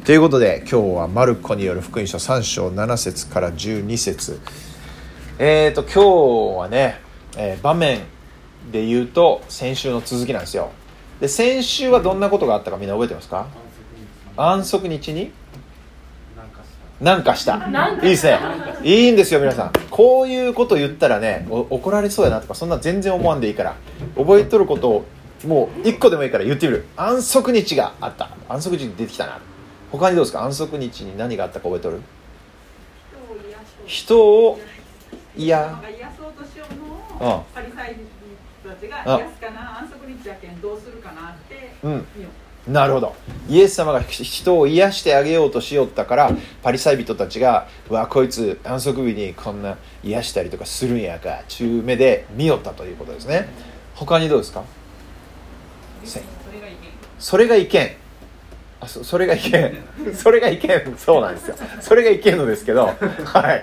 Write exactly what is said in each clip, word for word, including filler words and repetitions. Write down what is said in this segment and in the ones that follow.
ということで今日はマルコによる福音書さん章なな節からじゅうに節、えーと今日はね、えー、場面で言うと先週の続きなんですよ。で先週はどんなことがあったかみんな覚えてますか？安息日になんかしたいいですね、いいんですよ。皆さんこういうこと言ったらね怒られそうやなとかそんな全然思わんでいいから覚えとることをもう一個でもいいから言ってみる。安息日があった、安息日に出てきたな。他にどうですか？安息日に何があったか覚えとる？人をいや癒そうとしようのをパリサイ人たちが癒すかな、安息日やけんどうするかなって見よう、うん、なるほど。イエス様が人を癒してあげようとしよったからパリサイ人たちがうわこいつ安息日にこんな癒したりとかするんやか中目で見よったということですね。他にどうですか？それがいけん、あ そ, それがいけんそれがいけんそうなんですよ。それがいけんのですけど、はい、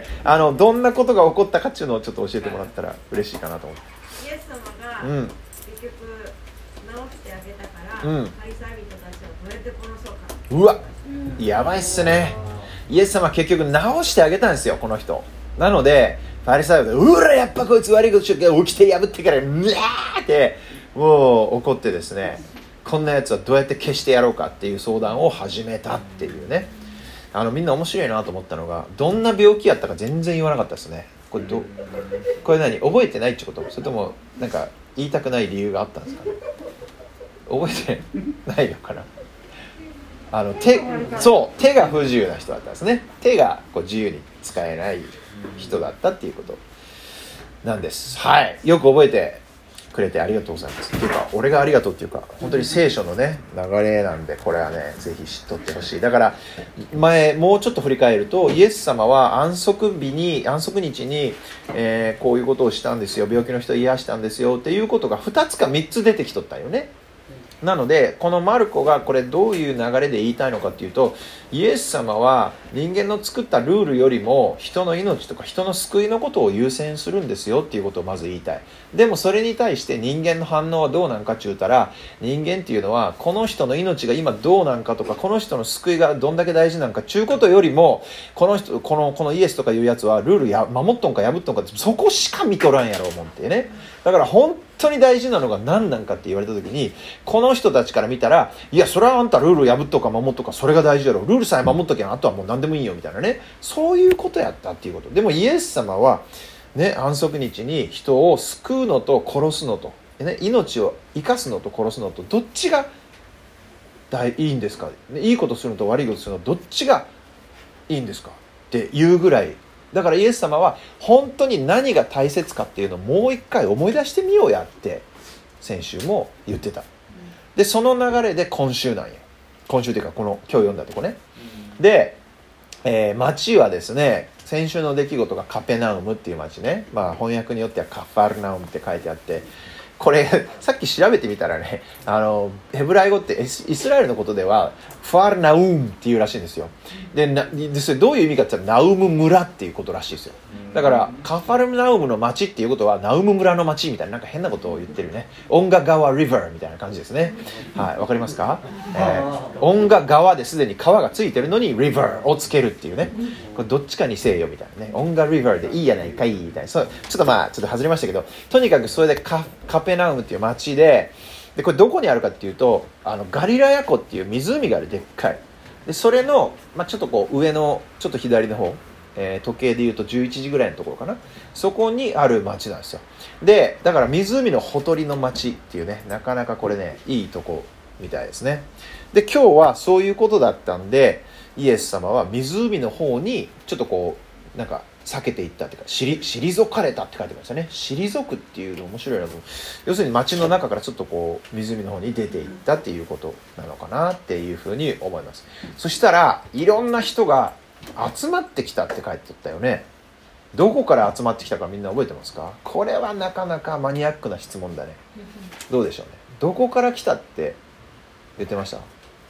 あのどんなことが起こったかっていうのをちょっと教えてもらったら嬉しいかなと思って。 イエス様が、うん、結局治してあげたから、うん、パリサイ人たちをどうやって殺そうか。 うわ、やばいっすね。イエス様は結局治してあげたんですよこの人。なのでパリサイ人うらやっぱこいつ悪いことしようか起きて破ってからうわーってもう怒ってですね、こんなやつはどうやって消してやろうかっていう相談を始めたっていうね。あのみんな面白いなと思ったのがどんな病気やったか全然言わなかったですね。これどこれ何覚えてないってこと？それともなんか言いたくない理由があったんですかね？覚えてないのかな。あの手そう手が不自由な人だったんですね。手がこう自由に使えない人だったっていうことなんです。はい、よく覚えてくれてありがとうございます。っていうか俺がありがとうっていうか本当に聖書のね流れなんでこれはねぜひ知っとってほしい。だから前もうちょっと振り返るとイエス様は安息日に安息日に、えー、こういうことをしたんですよ、病気の人を癒したんですよっていうことがふたつかみっつ出てきとったよね。なのでこのマルコがこれどういう流れで言いたいのかっていうと、イエス様は人間の作ったルールよりも人の命とか人の救いのことを優先するんですよっていうことをまず言いたい。でもそれに対して人間の反応はどうなんかって言ったら、人間っていうのはこの人の命が今どうなんかとかこの人の救いがどんだけ大事なんかっていうことよりもこの人このこのイエスとかいうやつはルールや守っとんか破っとんかってそこしか見とらんやろう思ってね。だから本当に大事なのが何なんかって言われた時にこの人たちから見たらいやそれはあんたルール破っとか守っとかそれが大事だろう、ルールさえ守っときゃあとはもう何でもいいよみたいなね、そういうことやったっていうこと。でもイエス様はね、安息日に人を救うのと殺すのと、ね、命を生かすのと殺すのとどっちが大いいんですか、いいことするのと悪いことするのどっちがいいんですかっていうぐらいだからイエス様は本当に何が大切かっていうのをもう一回思い出してみようやって先週も言ってた。でその流れで今週なんや今週っていうかこの今日読んだとこね。で、えー、町はですね先週の出来事がカペナウムっていう町ね、まあ翻訳によってはカファルナウムって書いてあって、これさっき調べてみたらね、あのヘブライ語ってイスラエルのことではファルナウムっていうらしいんですよ。でなでそれどういう意味かって言ったらナウム村っていうことらしいですよ。だからカファルナウムの町っていうことはナウム村の町みたいななんか変なことを言ってるね。オンガ川リバーみたいな感じですね。はい、わかりますか？えー、オンガ川ですでに川がついてるのにリバーをつけるっていうね。これどっちかにせえよみたいなね。オンガリバーでいいやないかいみたいな。そうちょっとまあちょっと外れましたけど、とにかくそれで カ, カペナウムっていう町で、でこれどこにあるかっていうとあのガリラヤ湖っていう湖があるでっかい。でそれの、まあ、ちょっとこう上のちょっと左の方、えー、時計でいうとじゅういちじぐらいのところかな、そこにある町なんですよ。でだから湖のほとりの町っていうね、なかなかこれねいいとこみたいですね。で今日はそういうことだったんでイエス様は湖の方にちょっとこうなんか避けていったっていうか退かれたって書いてましたね。退くっていうの面白いなと。要するに町の中からちょっとこう湖の方に出ていったっていうことなのかなっていうふうに思います。そしたらいろんな人が集まってきたって書いてあったよね。どこから集まってきたかみんな覚えてますか？これはなかなかマニアックな質問だね。どうでしょうね。どこから来たって言ってました？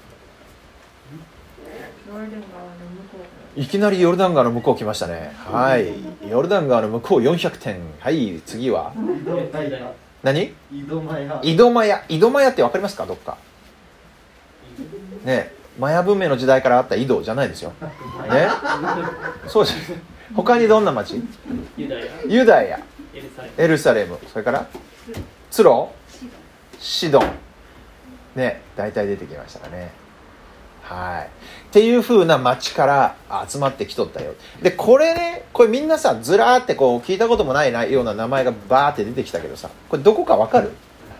いきなりヨルダン川の向こう来ましたね。はい、ヨルダン川の向こうよんひゃくてん。はい、次は何？井戸マヤ。井戸マヤ。井戸マヤって分かりますか？どっかね。 マヤ文明の時代からあった井戸じゃないですよ、ね、そうじゃ他にどんな町？ ユダヤ、 ユダヤ、 エルサレム、 エルサレム、それからツロ、シドンね、大体出てきましたかね。はい。っていう風な町から集まってきとったよ。で、これね、これみんなさ、ずらーってこう聞いたこともないなような名前がバーって出てきたけどさ、これどこかわかる？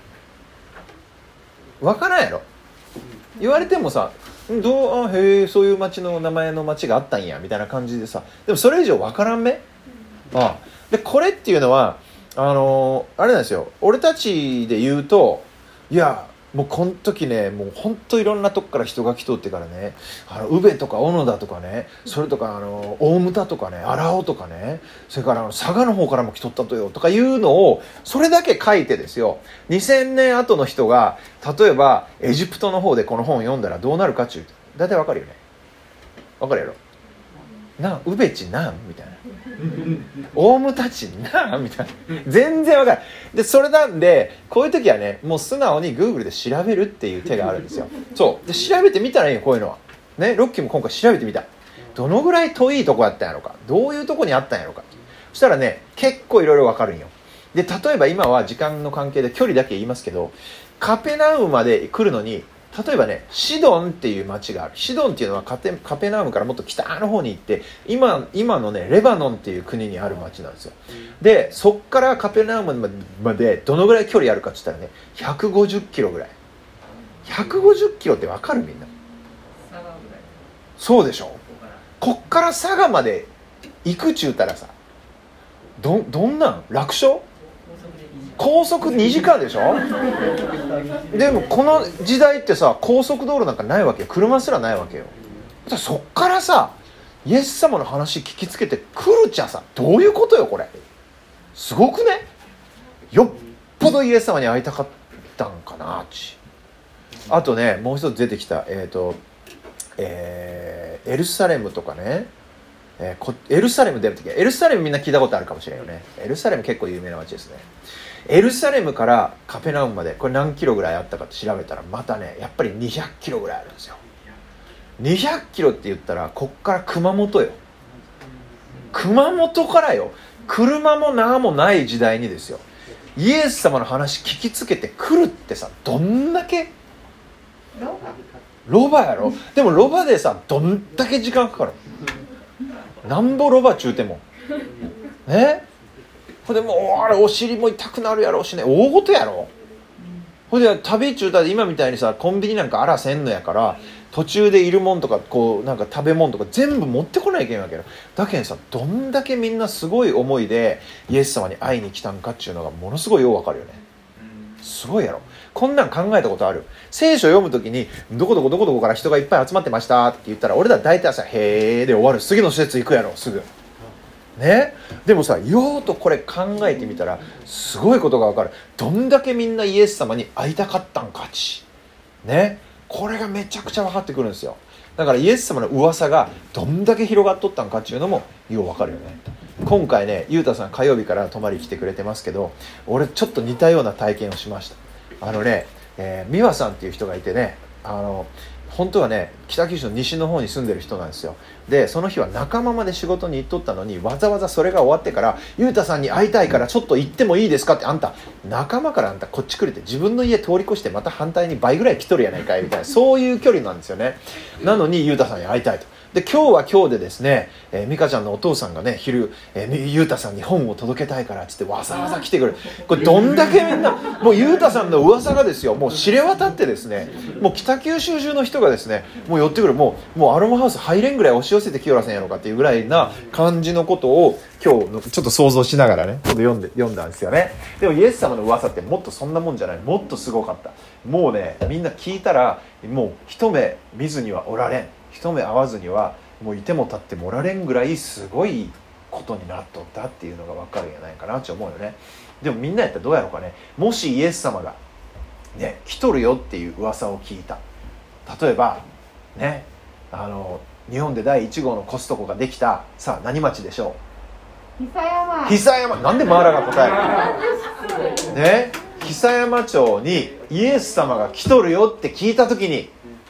わからんやろ？言われてもさ、どう、あ、へえ、そういう町の名前の町があったんやみたいな感じでさ、でもそれ以上わからんべ？ああ。で、これっていうのは、あのー、あれなんですよ。俺たちで言うと、いや、もうこの時ね、もう本当いろんなとこから人が来とってからね、あの宇部とか小野田とかね、それとかあの大牟田とかね、荒尾とかね、それからあの佐賀の方からも来とったとよとかいうのをそれだけ書いてですよ、にせんねん後の人が例えばエジプトの方でこの本を読んだらどうなるかっちゅうと大体わかるよね。わかるやろ。な、宇部ちなんみたいな。大牟田ちなみたいな。全然わかる。で、それなんで、こういう時はね、もう素直に Google で調べるっていう手があるんですよ。そう。で、調べてみたらいいよ、こういうのは。ね、ロッキーも今回調べてみた。どのぐらい遠いとこやったんやろか。どういうとこにあったんやろか。そしたらね、結構いろいろわかるんよ。で、例えば今は時間の関係で距離だけ言いますけど、カペナウムまで来るのに、例えばね、シドンっていう町がある。シドンっていうのはカペ、カペナウムからもっと北の方に行って、今、今のね、レバノンっていう国にある町なんですよ。で、そっからカペナウムまでどのぐらい距離あるかって言ったらね、ひゃくごじゅっキロぐらい。ひゃくごじゅっキロってわかるみんな。そうでしょ。こっから佐賀まで行くちゅうたらさ、ど、どんなん楽勝？高速にじかんでしょ。でもこの時代ってさ、高速道路なんかないわけよ。車すらないわけよ。そっからさ、イエス様の話聞きつけてくるちゃさ、どういうことよこれ。すごくね。よっぽどイエス様に会いたかったんかなっち。あとね、もう一つ出てきた、えっと、えー、エルサレムとかね、えー、こエルサレム出るときは、エルサレムみんな聞いたことあるかもしれんよね。エルサレム結構有名な街ですね。エルサレムからカペナウムまでこれ何キロぐらいあったかって調べたら、またね、やっぱりにひゃくキロぐらいあるんですよ。にひゃくキロって言ったらこっから熊本よ。熊本からよ。車も縄もない時代にですよ、イエス様の話聞きつけてくるってさ、どんだけロバやろ。でもロバでさ、どんだけ時間かかる。なんぼロバ中てもね。ほんでもうあれお尻も痛くなるやろうしね、大事やろ。ほんで旅中だで今みたいにさ、コンビニなんかあらせんのやから、途中でいるもんとかこうなんか食べ物とか全部持ってこないといけないわけよ。だけどさ、どんだけみんなすごい思いでイエス様に会いに来たんかっていうのがものすごいようわかるよね。すごいやろ。こんなん考えたことある？聖書を読むときにどこどこどこどこから人がいっぱい集まってましたって言ったら、俺ら大体さ、へーで終わる。次の施設行くやろすぐね。でもさ、よーとこれ考えてみたらすごいことがわかる。どんだけみんなイエス様に会いたかったんかちね。これがめちゃくちゃ分かってくるんですよ。だからイエス様の噂がどんだけ広がっとったんかっていうのもよう分かるよね。今回ね、ゆうたさん火曜日から泊まり来てくれてますけど、俺ちょっと似たような体験をしました。あのね、えー、美和さんっていう人がいてね、あの本当はね、北九州の西の方に住んでる人なんですよ。で、その日は仲間まで仕事に行っとったのに、わざわざそれが終わってから、ゆうたさんに会いたいからちょっと行ってもいいですかって、あんた仲間からあんたこっち来るって、自分の家通り越してまた反対に倍ぐらい来とるやないかいみたいな、そういう距離なんですよね。なのにゆうたさんに会いたいと。で、今日は今日でですね、えー、美香ちゃんのお父さんがね、昼、えー、ゆうたさんに本を届けたいからっつってわざわざ来てくる。これどんだけみんな、もうゆうたさんの噂がですよ、もう知れ渡ってですね、もう北九州中の人がですね、もう寄ってくる。もう、もうアロマハウス入れんぐらい押し寄せてきよらせんやろかっていうぐらいな感じのことを今日のちょっと想像しながらね、ちょっと読んで、読んだんですよね。でもイエス様の噂ってもっとそんなもんじゃない。もっとすごかった。もうね、みんな聞いたら、もう一目見ずにはおられん。一目会わずにはもういても立ってもおられんぐらいすごいことになっとったっていうのが分かるんじゃないかなって思うよね。でもみんなやったらどうやろうかね。もしイエス様がね、来とるよっていう噂を聞いた。例えばね、あの日本でだいいち号のコストコができた、さあ何町でしょう？久山。 久山。なんでマーラが答えるね。久山町にイエス様が来とるよって聞いたときに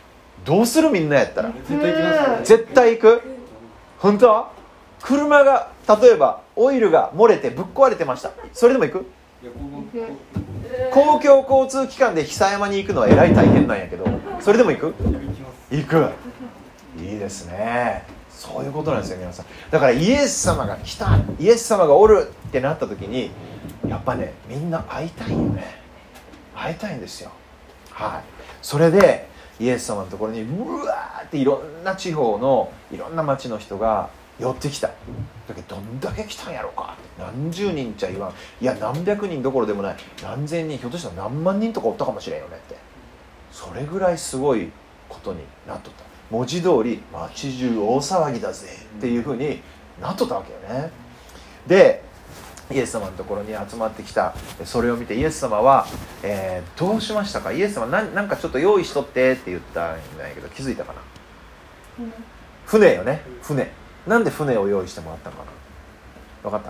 どうする？みんなやったら絶対行きますね。 絶対行く？本当？車が例えばオイルが漏れてぶっ壊れてました。それでも行く？ いやこ公共交通機関で久山に行くのはえらい大変なんやけど、それでも行く？ こ行きます。 行く。いいですね。そういうことなんですよ皆さん。だからイエス様が来た、イエス様がおるってなった時にやっぱね、みんな会いたいよね。会いたいんですよ。はい。それでイエス様のところにうわーっていろんな地方のいろんな町の人が寄ってきた。だけどどんだけ来たんやろうか。何十人ちゃ言わん。いや何百人どころでもない。何千人、ひょっとしたら何万人とかおったかもしれんよねって。それぐらいすごいことになっとった。文字通り町中大騒ぎだぜっていう風になっとったわけよね。でイエス様のところに集まってきた。それを見てイエス様は、えー、どうしましたか？イエス様ななんかちょっと用意しとってって言ったんだけど気づいたかな？うん、船よね。船。なんで船を用意してもらったのかな？分かった？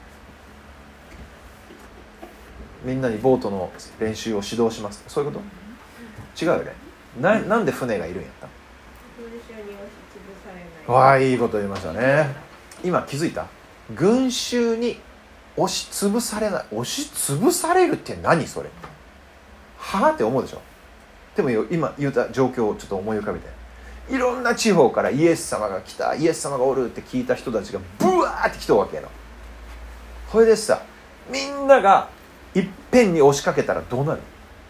みんなにボートの練習を指導します。そういうこと？違うよね。な, なんで船がいるんやった？わあ、いいこと言いましたね。今気づいた？群衆に押しつぶされない。押しつぶされるって何それ？はあって思うでしょ。でも今言った状況をちょっと思い浮かべて、いろんな地方からイエス様が来た、イエス様がおるって聞いた人たちがブワーって来たわけやの。それでさ、みんながいっぺんに押しかけたらどうなる？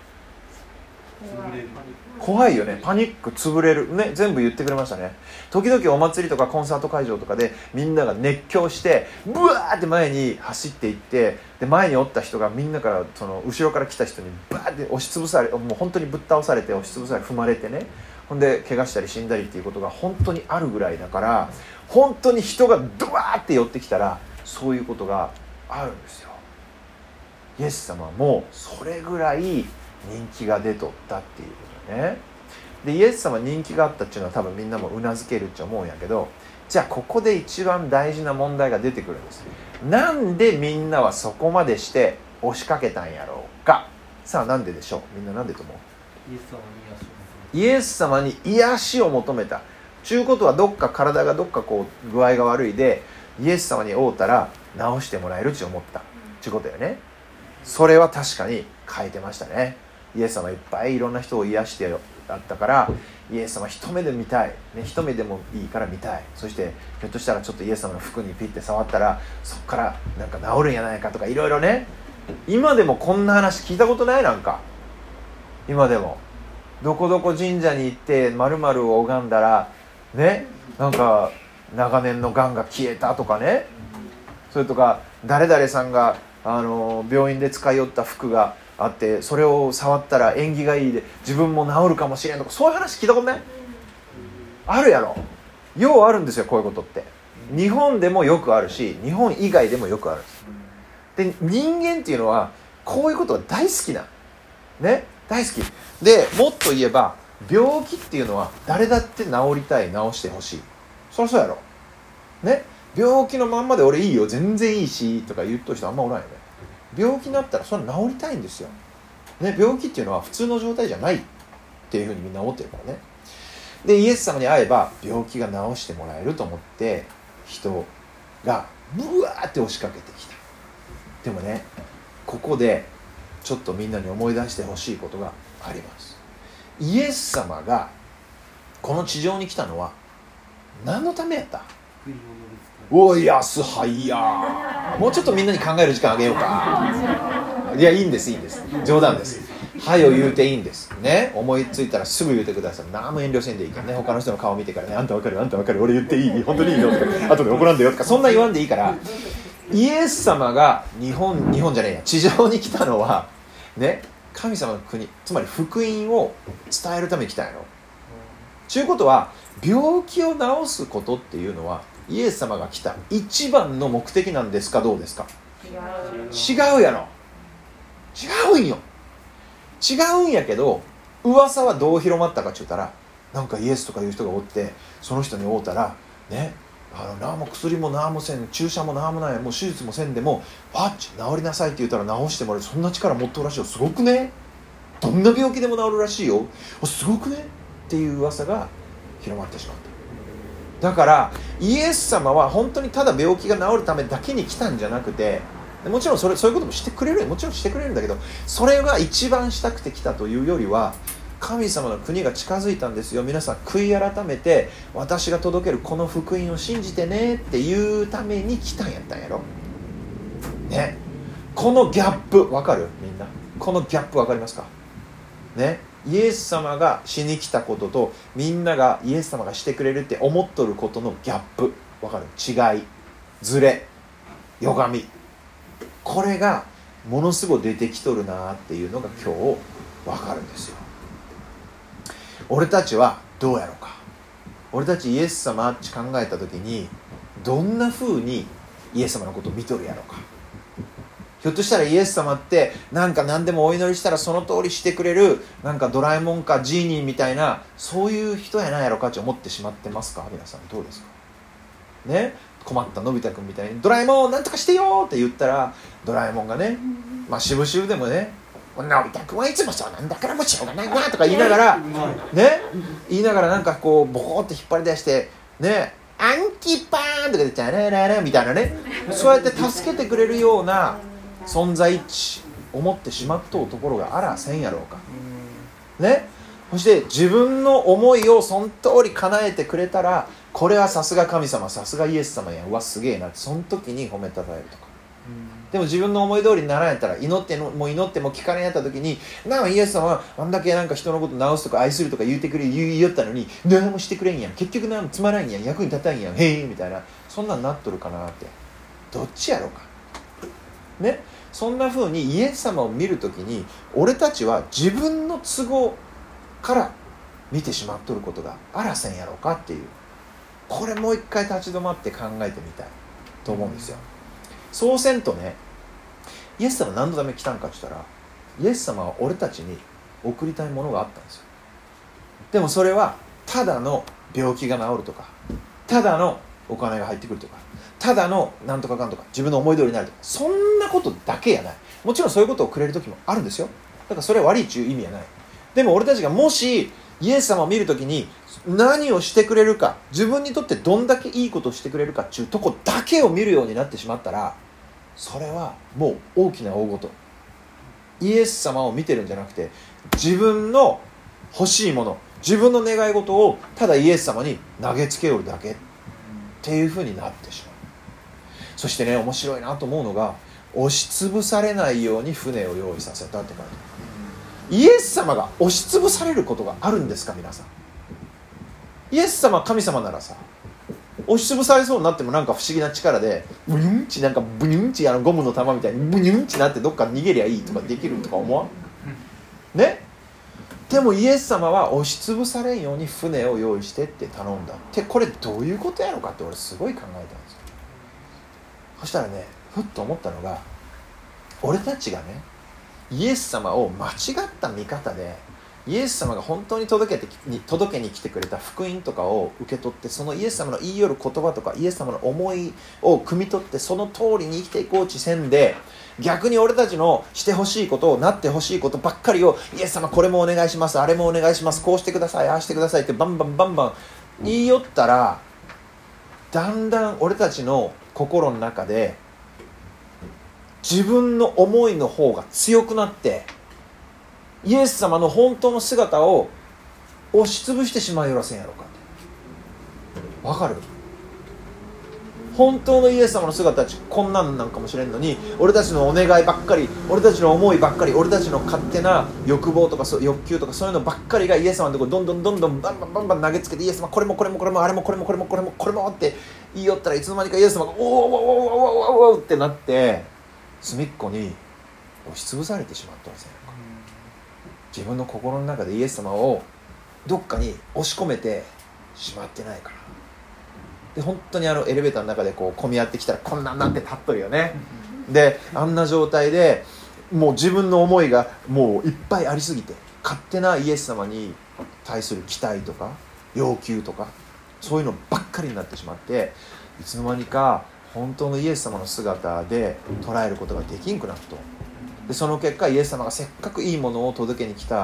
怖いよね。パニック、潰れるね。全部言ってくれましたね。時々お祭りとかコンサート会場とかでみんなが熱狂してブワーって前に走っていって、で前におった人がみんなからその後ろから来た人にバーって押しつぶされ、もう本当にぶっ倒されて押しつぶされ踏まれてね、ほんで怪我したり死んだりっていうことが本当にあるぐらいだから、本当に人がドワーって寄ってきたらそういうことがあるんですよ。イエス様はもうそれぐらい人気が出とったっていうことね。でイエス様人気があったっていうのは多分みんなもうなずけるって思うんやけど、じゃあここで一番大事な問題が出てくるんです。なんでみんなはそこまでして押しかけたんやろうか。さあなんででしょう。みんななんでと思う？イエス様に癒しを求めた。ちゅうことはどっか体がどっかこう具合が悪いでイエス様に会うたら治してもらえるって思ったちゅうことよね。それは確かに書いてましたね。イエス様いっぱいいろんな人を癒してあったからイエス様一目で見たい、ね、一目でもいいから見たい。そしてひょっとしたらちょっとイエス様の服にピッて触ったらそこからなんか治るんやないかとかいろいろね。今でもこんな話聞いたことない？なんか今でもどこどこ神社に行って〇〇を拝んだらね、なんか長年のがんが消えたとかね、それとか誰々さんがあの病院で使いよった服があってそれを触ったら縁起がいいで自分も治るかもしれんとか、そういう話聞いたことない？あるやろ。ようあるんですよこういうことって。日本でもよくあるし日本以外でもよくあるんです。で人間っていうのはこういうことが大好きなね、大好きで、もっと言えば病気っていうのは誰だって治りたい、治してほしい。そりゃそうやろね。病気のまんまで俺いいよ全然いいしとか言っとる人あんまおらんよね。病気になったらそれ治りたいんですよ、ね、病気っていうのは普通の状態じゃないっていうふうにみんな思ってるからね。でイエス様に会えば病気が治してもらえると思って人がブワーって押しかけてきた。でもね、ここでちょっとみんなに思い出してほしいことがあります。イエス様がこの地上に来たのは何のためやった？おい安はいや、もうちょっとみんなに考える時間あげようか。いやいいんですいいんです、冗談です。はいを言うていいんですね。思いついたらすぐ言うてください。何も遠慮せんでいいからね。他の人の顔見てからね、あんたわかるあんたわかる俺言っていい本当にいいのとか後で怒らんでよとかそんな言わんでいいから、イエス様が日本日本じゃねえや地上に来たのはね、神様の国、つまり福音を伝えるために来たんやろ。ということは病気を治すことっていうのはイエス様が来た一番の目的なんですか？どうですか？違うやろ。違うんよ。違うんやけど噂はどう広まったかって言ったら、なんかイエスとかいう人がおってその人に会うたらね、あの何も薬も何もせん、注射も何もない、もう手術もせんでもわっ治りなさいって言ったら治してもらえる、そんな力持っとるらしいよ。すごくね。どんな病気でも治るらしいよ。すごくね。 っていう噂が広まってしまった。だからイエス様は本当にただ病気が治るためだけに来たんじゃなくて、もちろんそれそういうこともしてくれる、もちろんしてくれるんだけど、それが一番したくて来たというよりは、神様の国が近づいたんですよ、皆さん悔い改めて私が届けるこの福音を信じてねっていうために来たんやったんやろね。このギャップ分かる？みんなこのギャップ分かりますかね。イエス様がしに来たことと、みんながイエス様がしてくれるって思っとることのギャップ分かる？違い、ズレ、歪み、これがものすごい出てきとるなっていうのが今日分かるんですよ。俺たちはどうやろうか。俺たちイエス様って考えた時にどんな風にイエス様のことを見とるやろうか。ひょっとしたらイエス様ってなんか何でもお祈りしたらその通りしてくれる、なんかドラえもんかジーニーみたいなそういう人やないやろかって思ってしまってますか？皆さんどうですかね。困ったのび太くんみたいにドラえもんなんとかしてよって言ったら、ドラえもんがね、まあ渋々でもね、のび太くんはいつもそうなんだからもうしょうがないなとか言いながらね、言いながらなんかこうボコって引っ張り出してね、アンキパーンとかでチャラララみたいなね、そうやって助けてくれるような存在値思ってしまっとうところがあらせんやろうかね。そして自分の思いをその通り叶えてくれたら、これはさすが神様、さすがイエス様や、うわすげえなってその時に褒めたたえるとか。でも自分の思い通りにならんやったら、祈ってのもう祈っても聞かれんやった時に、なんかイエス様はあんだけなんか人のこと治すとか愛するとか言うてくれ言いよったのに何もしてくれんやん、結局何もつまらんやん、役に立たんやん、へえみたいな、そんなんなっとるかなって。どっちやろうかね。そんな風にイエス様を見るときに、俺たちは自分の都合から見てしまっとることがあらせんやろうかっていう、これもう一回立ち止まって考えてみたいと思うんですよ。そうせんとね、イエス様何のために来たんかって言ったら、イエス様は俺たちに送りたいものがあったんですよ。でもそれはただの病気が治るとか、ただのお金が入ってくるとか、ただのなんとかかんとか自分の思い通りになるとか、そんなことだけやない。もちろんそういうことをくれる時もあるんですよ。だからそれは悪いっていう意味やない。でも俺たちがもしイエス様を見るときに何をしてくれるか、自分にとってどんだけいいことをしてくれるかっていうとこだけを見るようになってしまったら、それはもう大きな大事。イエス様を見てるんじゃなくて、自分の欲しいもの、自分の願い事をただイエス様に投げつけよるだけっていう風になってしまう。そしてね、面白いなと思うのが、押しつぶされないように船を用意させたって書いてある。イエス様が押しつぶされることがあるんですか皆さん。イエス様神様ならさ、押しつぶされそうになってもなんか不思議な力でブニュンチなんかブニュンチあのゴムの玉みたいにブニュンチなってどっか逃げりゃいいとかできるとか思わんね。でもイエス様は押しつぶされんように船を用意してって頼んだって、これどういうことやろかって俺すごい考えたんですよ。そしたらね、ふっと思ったのが、俺たちがねイエス様を間違った見方で、イエス様が本当に届けてに届けに来てくれた福音とかを受け取って、そのイエス様の言いよる言葉とかイエス様の思いを汲み取ってその通りに生きていこうちせんで、逆に俺たちのしてほしいことをなってほしいことばっかりを、イエス様これもお願いします、あれもお願いします、こうしてください、ああしてくださいってバンバンバンバン言いよったら、だんだん俺たちの心の中で自分の思いの方が強くなって、イエス様の本当の姿を押しつぶしてしまいよらせんやろかって。わかる？本当のイエス様の姿はこんなんなんかもしれんのに、俺たちのお願いばっかり、俺たちの思いばっかり、俺たちの勝手な欲望とか欲求とかそういうのばっかりがイエス様のところどんどんどんどんバンバンバンバン投げつけて、イエス様これもこれもこれもあれもこれもこれもこれもこれもって言いよったら、いつの間にかイエス様がおーおーおーおーおーおーってなって隅っこに押しつぶされてしまったんですよ。自分の心の中でイエス様をどっかに押し込めてしまってないかな。で本当にあのエレベーターの中でこう混み合ってきたらこんなんなって立っとるよね。であんな状態でもう自分の思いがもういっぱいありすぎて、勝手なイエス様に対する期待とか要求とかそういうのばっかりになってしまって、いつの間にか本当のイエス様の姿で捉えることができんくなると。でその結果イエス様がせっかくいいものを届けに来た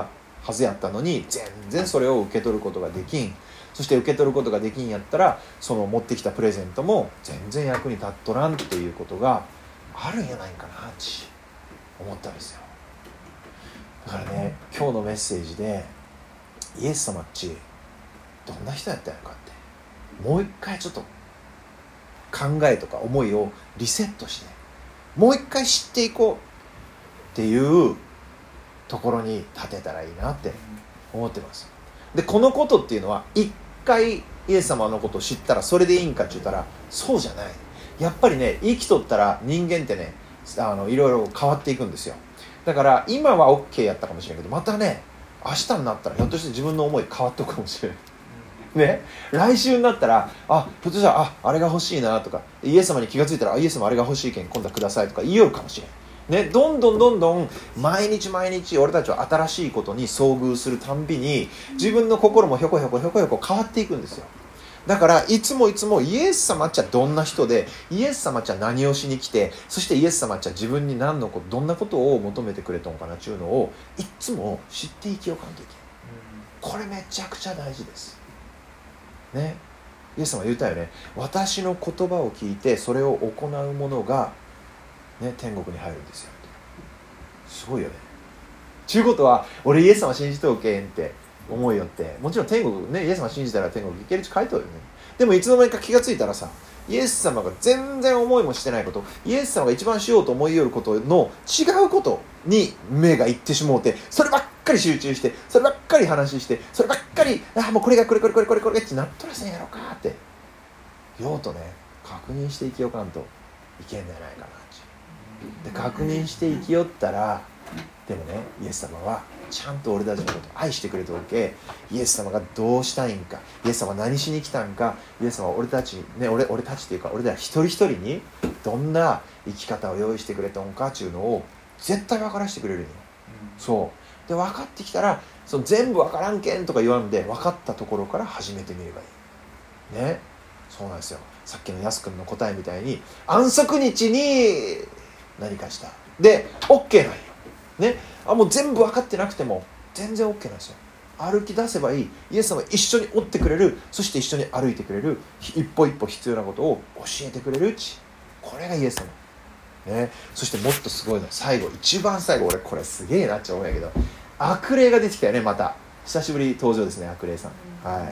はずやったのに全然それを受け取ることができん。そして受け取ることができんやったらその持ってきたプレゼントも全然役に立っとらんっていうことがあるんやないかなって思ったんですよ。だからね、今日のメッセージでイエス様っちどんな人やったのかってもう一回ちょっと考えとか思いをリセットしてもう一回知っていこうっていうところに立てたらいいなって思ってます。でこのことっていうのは一回イエス様のことを知ったらそれでいいんかって言ったらそうじゃない。やっぱりね、生きとったら人間ってね、あのいろいろ変わっていくんですよ。だから今は OK やったかもしれないけど、またね明日になったらひょっとして自分の思い変わっていくかもしれないね、来週になったらあひょっとしたら あ, あれが欲しいなとか、イエス様に気がついたらあイエス様あれが欲しいけん今度はくださいとか言いよるかもしれないね。どんどんどんどん毎日毎日俺たちは新しいことに遭遇するたんびに自分の心もひょこひょこひょこひょこ変わっていくんですよ。だからいつもいつもイエス様っちゃどんな人で、イエス様っちゃ何をしに来て、そしてイエス様っちゃ自分に何のことどんなことを求めてくれたのかなっていうのをいつも知っていきようかんといけない。これめちゃくちゃ大事ですね。イエス様言ったよね、私の言葉を聞いてそれを行う者が、ね、天国に入るんですよ。すごいよね。ちゅうことは俺イエス様信じておけんって思いよって、もちろん天国ね、イエス様信じたら天国行けるって書いてあるよね。でもいつの間にか気がついたらさ、イエス様が全然思いもしてないこと、イエス様が一番しようと思いよることの違うことに目がいってしもうて、そればっかり集中して、そればっかり話して、そればっかりあもうこれがこれこれこれこれこれってなっとらせんやろかってようとね確認していきよかんといけんじゃないかなって。で確認していきよったら、でもねイエス様はちゃんと俺たちのことを愛してくれておけ、イエス様がどうしたいんか、イエス様は何しに来たんか、イエス様は俺たちね、俺俺たちというか俺ら一人一人にどんな生き方を用意してくれたんかっていうのを絶対分からせてくれるんよ、うん、そうで分かってきたらその全部分からんけんとか言わんで分かったところから始めてみればいいね。そうなんですよ。さっきのやすくんの答えみたいに安息日に何かしたで OK なんよね。あもう全部分かってなくても全然 OK なんですよ。歩き出せばいい。イエス様は一緒に追ってくれる、そして一緒に歩いてくれる、一歩一歩必要なことを教えてくれるち、これがイエス様、ね、そしてもっとすごいの最後、一番最後、俺これすげえなって思うんやけど、悪霊が出てきたよね。また久しぶり登場ですね、悪霊さん、はい、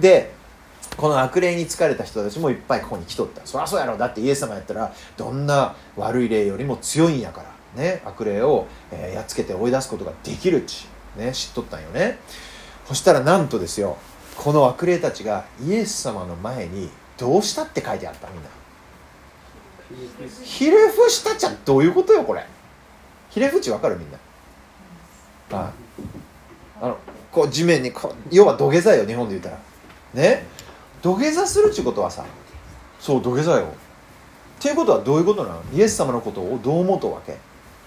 でこの悪霊に疲れた人たちもいっぱいここに来とった。そりゃそうやろ、だってイエス様やったらどんな悪い霊よりも強いんやからね、悪霊を、えー、やっつけて追い出すことができるち、ね、知っとったんよね。そしたらなんとですよ、この悪霊たちがイエス様の前にどうしたって書いてあった。みんなひれ伏したっちゃどういうことよこれ。ひれ伏ちわかるみんな。ああのこう地面にこう、要は土下座よ、日本で言ったらね。土下座するってことはさ、そう土下座よっていうことはどういうことなの。イエス様のことをどう思うとわけ。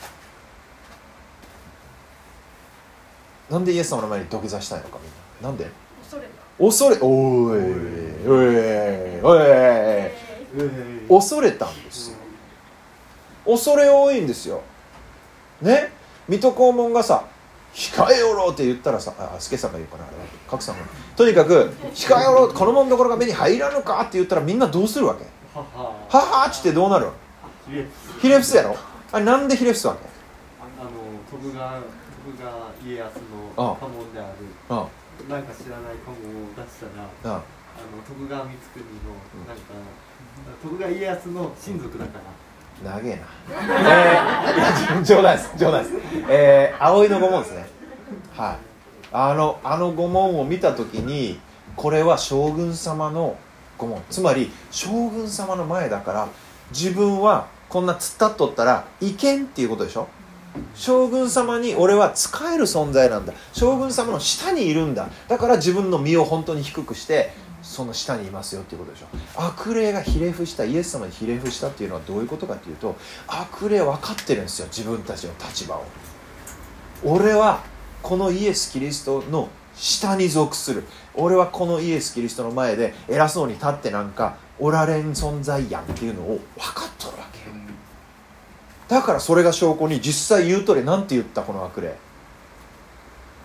なんでイエス様の前に土下座したいのか、みんな。なんで恐れ恐れおいおいおい恐れたんですよ。恐れ多いんですよね。水戸黄門がさ控えおろうって言ったらさ、あ、助さんが言うかな、あれは賀来さんがとにかく控えおろう、このもんどころが目に入らぬかって言ったらみんなどうするわけ。ははーっつってどうなる。ひれ伏すやろ。あれなんでひれ伏すわけ。 あの徳川徳川家康の家紋であるああなんか知らない家紋を出したら、あああの徳川光圀のなんか、うん、徳川家康の親族だから。 長えな、えー、冗談です冗談です、えー、葵の御紋ですね。はい、あのあの御紋を見たときに、これは将軍様の御紋、つまり将軍様の前だから自分はこんな突っ立っとったらいけんっていうことでしょ。将軍様に俺は仕える存在なんだ、将軍様の下にいるんだ、だから自分の身を本当に低くしてその下にいますよっていうことでしょ。悪霊がひれ伏した、イエス様にひれ伏したっていうのはどういうことかっていうと、悪霊分かってるんですよ、自分たちの立場を。俺はこのイエス・キリストの下に属する、俺はこのイエス・キリストの前で偉そうに立ってなんかおられん存在やんっていうのを分かっとるわけ。だからそれが証拠に実際言うとり、なんて言ったこの悪霊。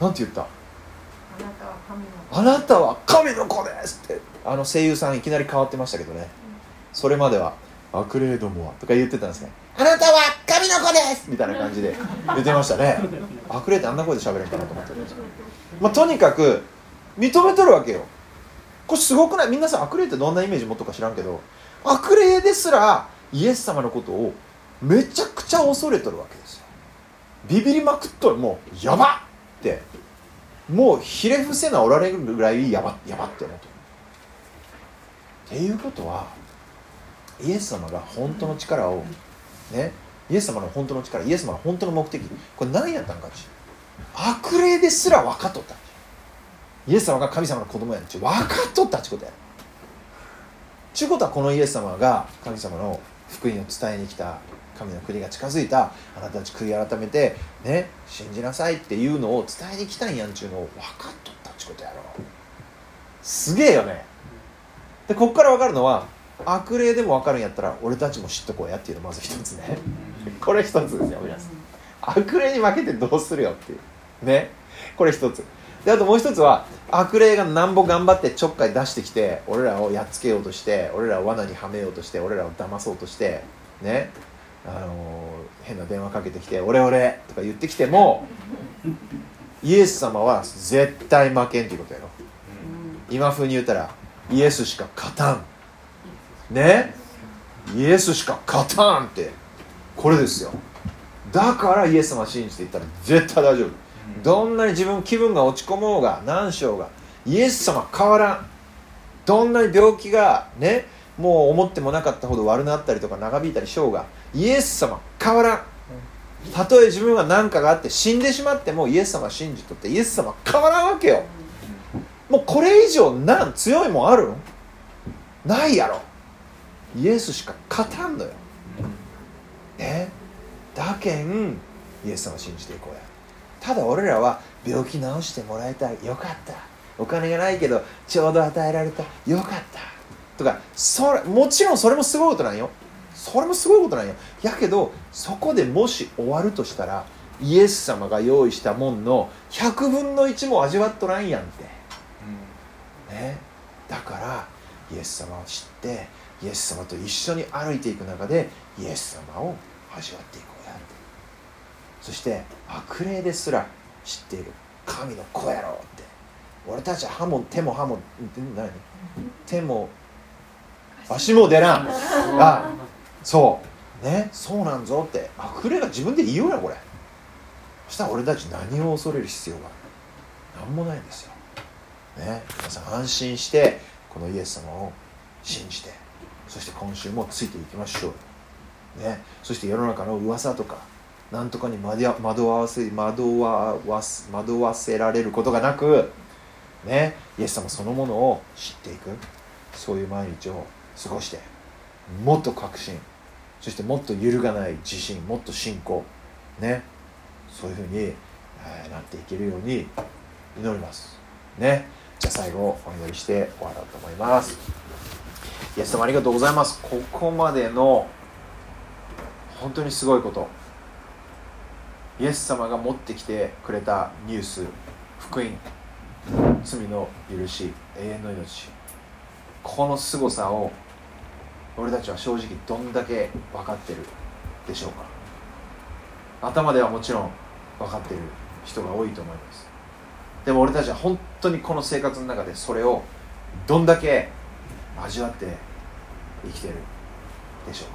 なんて言った？ あなたは神の子。 あなたは神の子ですって、あの声優さんいきなり変わってましたけどね、うん、それまでは悪霊どもはとか言ってたんですね。あなたは神の子ですみたいな感じで言ってましたね。悪霊ってあんな声で喋るんかなと思ってるんですよ。まあとにかく認めとるわけよ。これすごくない？皆さん悪霊ってどんなイメージ持っとか知らんけど、悪霊ですらイエス様のことをめちゃくちゃ恐れとるわけですよ。ビビりまくっとる、もうやばっってもうひれ伏せなおられるぐらいやばやばって思ってる。っていうことはイエス様が本当の力をね、イエス様の本当の力、イエス様の本当の目的、これ何やったんかって、悪霊ですら分かっとったんイエス様が神様の子供やんち分かっとったってことや。ちゅうことはこのイエス様が神様の福音を伝えに来た、神の国が近づいた、あなたたち悔い改めてね信じなさいっていうのを伝えに来たんやんちゅうのを分かっとったってことやろ。すげえよね。でこっから分かるのは、悪霊でも分かるんやったら俺たちも知っとこうやっていうのまず一つね。これ一つですよ皆さん。悪霊に負けてどうするよっていうね、これ一つで、あともう一つは悪霊がなんぼ頑張ってちょっかい出してきて俺らをやっつけようとして、俺らを罠にはめようとして、俺らを騙そうとしてね、あのー、変な電話かけてきてオレオレとか言ってきてもイエス様は絶対負けんっていうことやろ。今風に言ったらイエスしか勝たんね、イエスしか勝たんってこれですよ。だからイエス様信じていったら絶対大丈夫。どんなに自分気分が落ち込もうが何しようがイエス様変わらん。どんなに病気がねもう思ってもなかったほど悪なったりとか長引いたりしようがイエス様変わらん。たとえ自分が何かがあって死んでしまってもイエス様信じとってイエス様変わらんわけよ。もうこれ以上なん強いもんあるの？ないやろ。イエスしか勝たんのよ、ね、だけんイエス様信じていこうや。ただ俺らは病気治してもらいたい、よかった、お金がないけどちょうど与えられた、よかったとか、それもちろんそれもすごいことなんよ。それもすごいことなんよ。やけどそこでもし終わるとしたらイエス様が用意したもんのひゃくぶんのいちも味わっとらんやんって、うんね、だからイエス様を知ってイエス様と一緒に歩いていく中でイエス様を味わっていこうやって、そして悪霊ですら知っている神の子やろうって、俺たちは歯も手も歯も何手も足も出らんあ、そうね、そうなんぞって悪霊が自分で言うよこれ。そしたら俺たち何を恐れる必要が何もないんですよ、ね、皆さん安心してこのイエス様を信じて、そして今週もついていきましょう、ね、そして世の中の噂とかなんとかに惑わせ惑わ惑わせられることがなく、ね、イエス様そのものを知っていく、そういう毎日を過ごして、もっと確信、そしてもっと揺るがない自信、もっと信仰、ね、そういうふうに、えー、なっていけるように祈ります、ね。じゃあ最後お祈りして終わろうと思います。イエス様ありがとうございます。ここまでの本当にすごいこと、イエス様が持ってきてくれたニュース、福音、罪の許し、永遠の命、このすごさを俺たちは正直どんだけ分かってるでしょうか。頭ではもちろん分かってる人が多いと思います。でも俺たちは本当にこの生活の中でそれをどんだけ味わって生きてるでしょうか。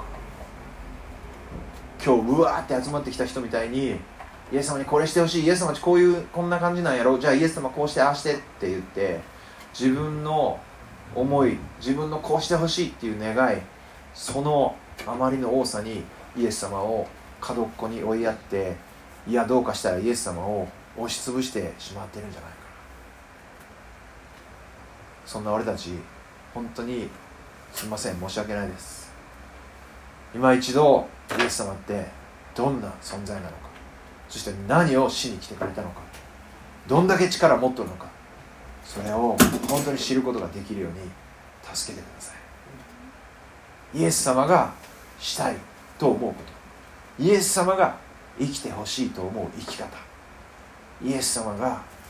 今日うわーって集まってきた人みたいにイエス様にこれしてほしい、イエス様こういうこんな感じなんやろ、じゃあイエス様こうしてああしてって言って自分の思い、自分のこうしてほしいっていう願い、そのあまりの多さにイエス様を角っこに追いやって、いやどうかしたらイエス様を押しつぶしてしまってるんじゃないかな。そんな俺たち本当にすみません、申し訳ないです。今一度イエス様ってどんな存在なのか、そして何をしに来てくれたのか、どんだけ力を持っているのか、それを本当に知ることができるように助けてください。イエス様がしたいと思うこと、イエス様が生きてほしいと思う生き方、イエス様が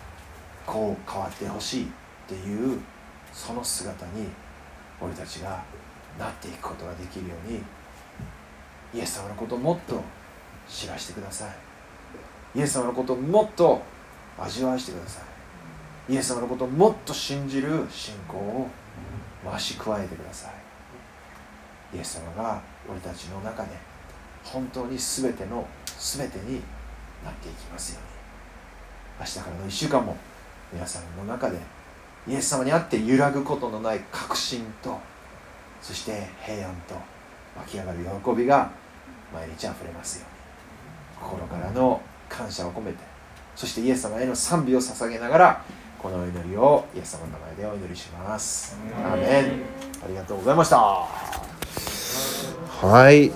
こう変わってほしいっていうその姿に俺たちがなっていくことができるように、イエス様のことをもっと知らせてください。イエス様のことをもっと味わわしてください。イエス様のことをもっと信じる信仰を増し加えてください。イエス様が俺たちの中で本当に全ての全てになっていきますように。明日からのいっしゅうかんも皆さんの中でイエス様にあって揺らぐことのない確信と、そして平安と湧き上がる喜びが毎日あふれますように。心からの感謝を込めて、そしてイエス様への賛美を捧げながらこのお祈りをイエス様の名前でお祈りします。アーメン。ありがとうございました。はい。